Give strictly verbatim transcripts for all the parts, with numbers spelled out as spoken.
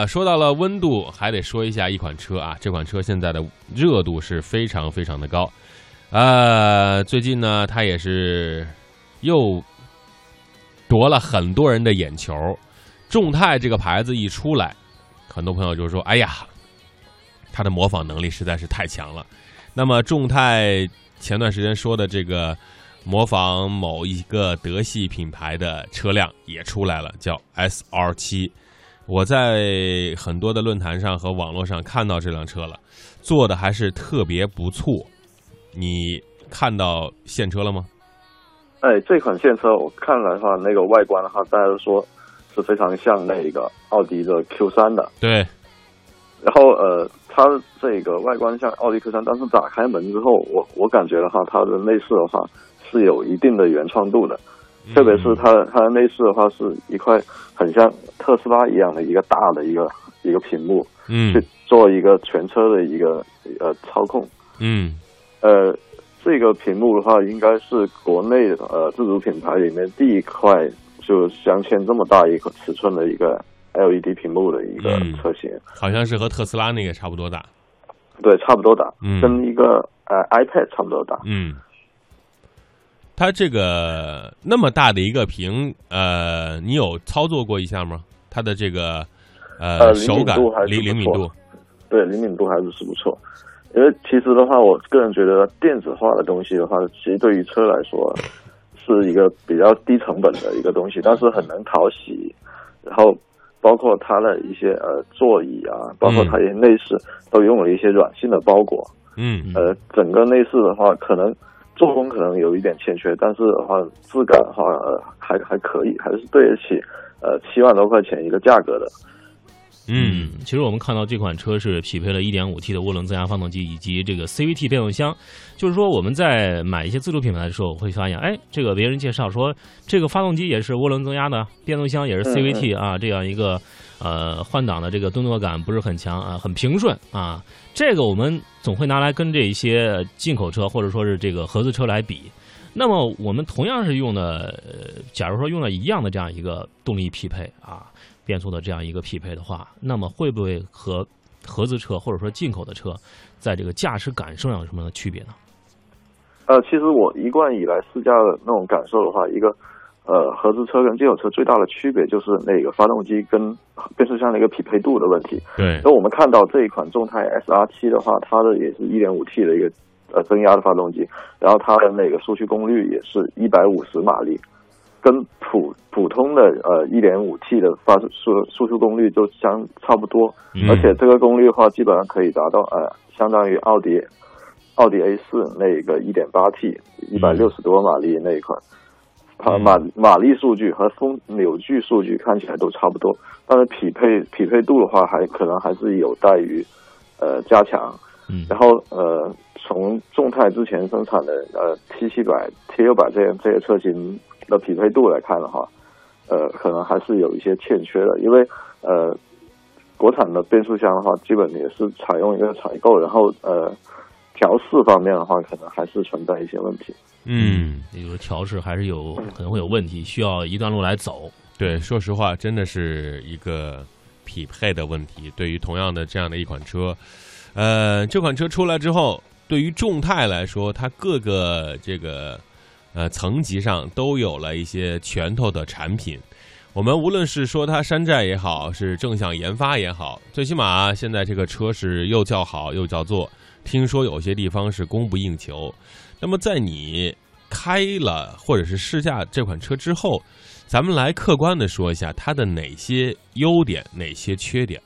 啊，说到了温度，还得说一下一款车啊，这款车现在的热度是非常非常的高。呃，最近呢，它也是又夺了很多人的眼球。众泰这个牌子一出来，很多朋友就说：“哎呀，它的模仿能力实在是太强了。”那么，众泰前段时间说的这个模仿某一个德系品牌的车辆也出来了，叫 S R 七。我在很多的论坛上和网络上看到这辆车了，做的还是特别不错。你看到现车了吗？ 哎，这款现车我看了的话，那个外观的话，大家都说是非常像那个奥迪的 Q 三 的。 对。 然后呃，它这个外观像奥迪 Q 三，但是打开门之后，我我感觉的话，它的内饰的话是有一定的原创度的。特别是它它的内饰的话，是一块很像特斯拉一样的一个大的一个一个屏幕， 嗯， 去做一个全车的一个呃操控， 嗯， 呃，这个屏幕的话，应该是国内呃自主品牌里面第一块就镶嵌这么大一个尺寸的一个 L E D 屏幕的一个车型， 嗯、好像是和特斯拉那个差不多大， 对，差不多大， 嗯， 跟一个呃 iPad 差不多大， 嗯。它这个那么大的一个屏，呃，你有操作过一下吗？它的这个呃呃手感灵灵敏度， 对，灵敏度还是是不错。因为其实的话，我个人觉得电子化的东西的话，其实对于车来说是一个比较低成本的一个东西，但是很能讨喜。然后包括它的一些呃座椅啊，包括它一些内饰、嗯、都用了一些软性的包裹。 嗯， 呃，整个内饰的话，可能做工可能有一点欠缺，但是的话质感的话、呃、还还可以，还是对得起呃七万多块钱一个价格的。 嗯，其实我们看到这款车是匹配了 一点五 T 的涡轮增压发动机以及这个 C V T 变速箱，就是说我们在买一些自主品牌的时候会发现，哎，这个别人介绍说这个发动机也是涡轮增压的，变速箱也是 C V T 啊，这样一个呃换挡的这个顿挫感不是很强啊，很平顺啊，这个我们总会拿来跟这一些进口车或者说是这个合资车来比。那么我们同样是用的，呃，假如说用了一样的这样一个动力匹配啊，变速的这样一个匹配的话，那么会不会和合资车或者说进口的车，在这个驾驶感受上有什么样的区别呢？ 呃，其实我一贯以来试驾的那种感受的话，一个呃合资车跟进口车最大的区别就是那个发动机跟变速箱的一个匹配度的问题。 对， 那我们看到这一款众泰 S R 七的话，它的也是 一点五 T 的一个呃增压的发动机，然后它的那个输出功率也是一百五十马力，跟普普通的呃 一点五 T 的发输输出功率就相差不多， 嗯、 而且这个功率的话基本上可以达到呃相当于奥迪奥迪 A 四那个 一点八 T 一百六十多马力那一款，它马马力数据和风扭矩数据看起来都差不多，但是匹配匹配度的话还可能还是有待于呃加强。 嗯， 然后呃，从众泰之前生产的呃 T 七百、T 六百这样这些车型的匹配度来看的话，呃，可能还是有一些欠缺的，因为呃，国产的变速箱的话，基本也是采用一个采购，然后呃，调试方面的话，可能还是存在一些问题。 嗯，也就是调试还是有可能会有问题，需要一段路来走。 对，说实话，真的是一个匹配的问题。对于同样的这样的一款车。呃，这款车出来之后，对于众泰来说，它各个这个呃层级上都有了一些拳头的产品。我们无论是说它山寨也好，是正向研发也好，最起码现在这个车是又叫好又叫座。听说有些地方是供不应求。那么在你开了或者是试驾这款车之后，咱们来客观的说一下它的哪些优点，哪些缺点。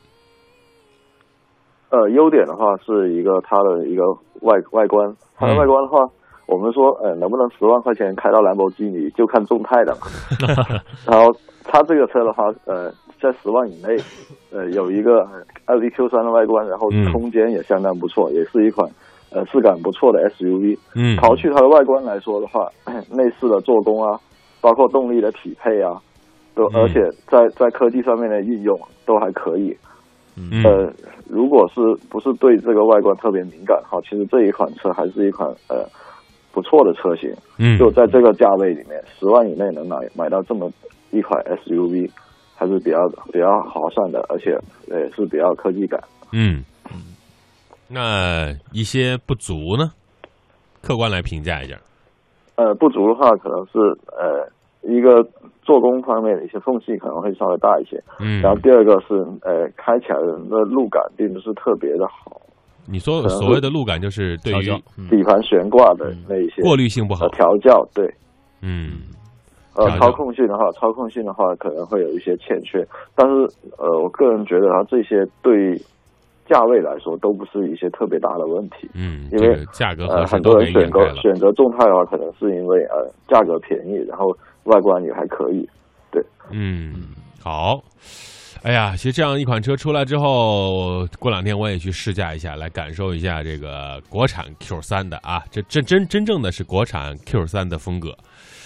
呃，优点的话是一个它的一个外外观，它的外观的话，嗯、我们说呃能不能十万块钱开到兰博基尼，就看众泰的嘛。然后它这个车的话，呃，在十万以内，呃有一个奥迪 Q 三 的外观，然后空间也相当不错，嗯、也是一款呃质感不错的 S U V。嗯，刨去它的外观来说的话，内饰的做工啊，包括动力的匹配啊，都而且在在科技上面的应用都还可以。 嗯、 呃，如果是不是对这个外观特别敏感哈，其实这一款车还是一款呃不错的车型。 嗯， 就在这个价位里面，十万以内能买买到这么一款 S U V， 还是比较比较划算的，而且呃是比较科技感。 嗯，那一些不足呢？客观来评价一下。 呃，不足的话，可能是呃一个做工方面的一些缝隙可能会稍微大一些。 嗯， 然后第二个是呃开起来的路感并不是特别的好。 你说所谓的路感就是对于底盘悬挂的那一些过滤性不好， 呃、调教对。 嗯。 呃，操控性的话，操控性的话可能会有一些欠缺，但是呃，我个人觉得它这些对价位来说都不是一些特别大的问题。 嗯， 因为、 这个、价格呃很多人选择选择众泰的话，可能是因为呃价格便宜，然后外观也还可以。对， 嗯，好。哎呀，其实这样一款车出来之后，过两天我也去试驾一下，来感受一下这个国产 Q 三的啊，这这真真正的是国产 Q 三的风格。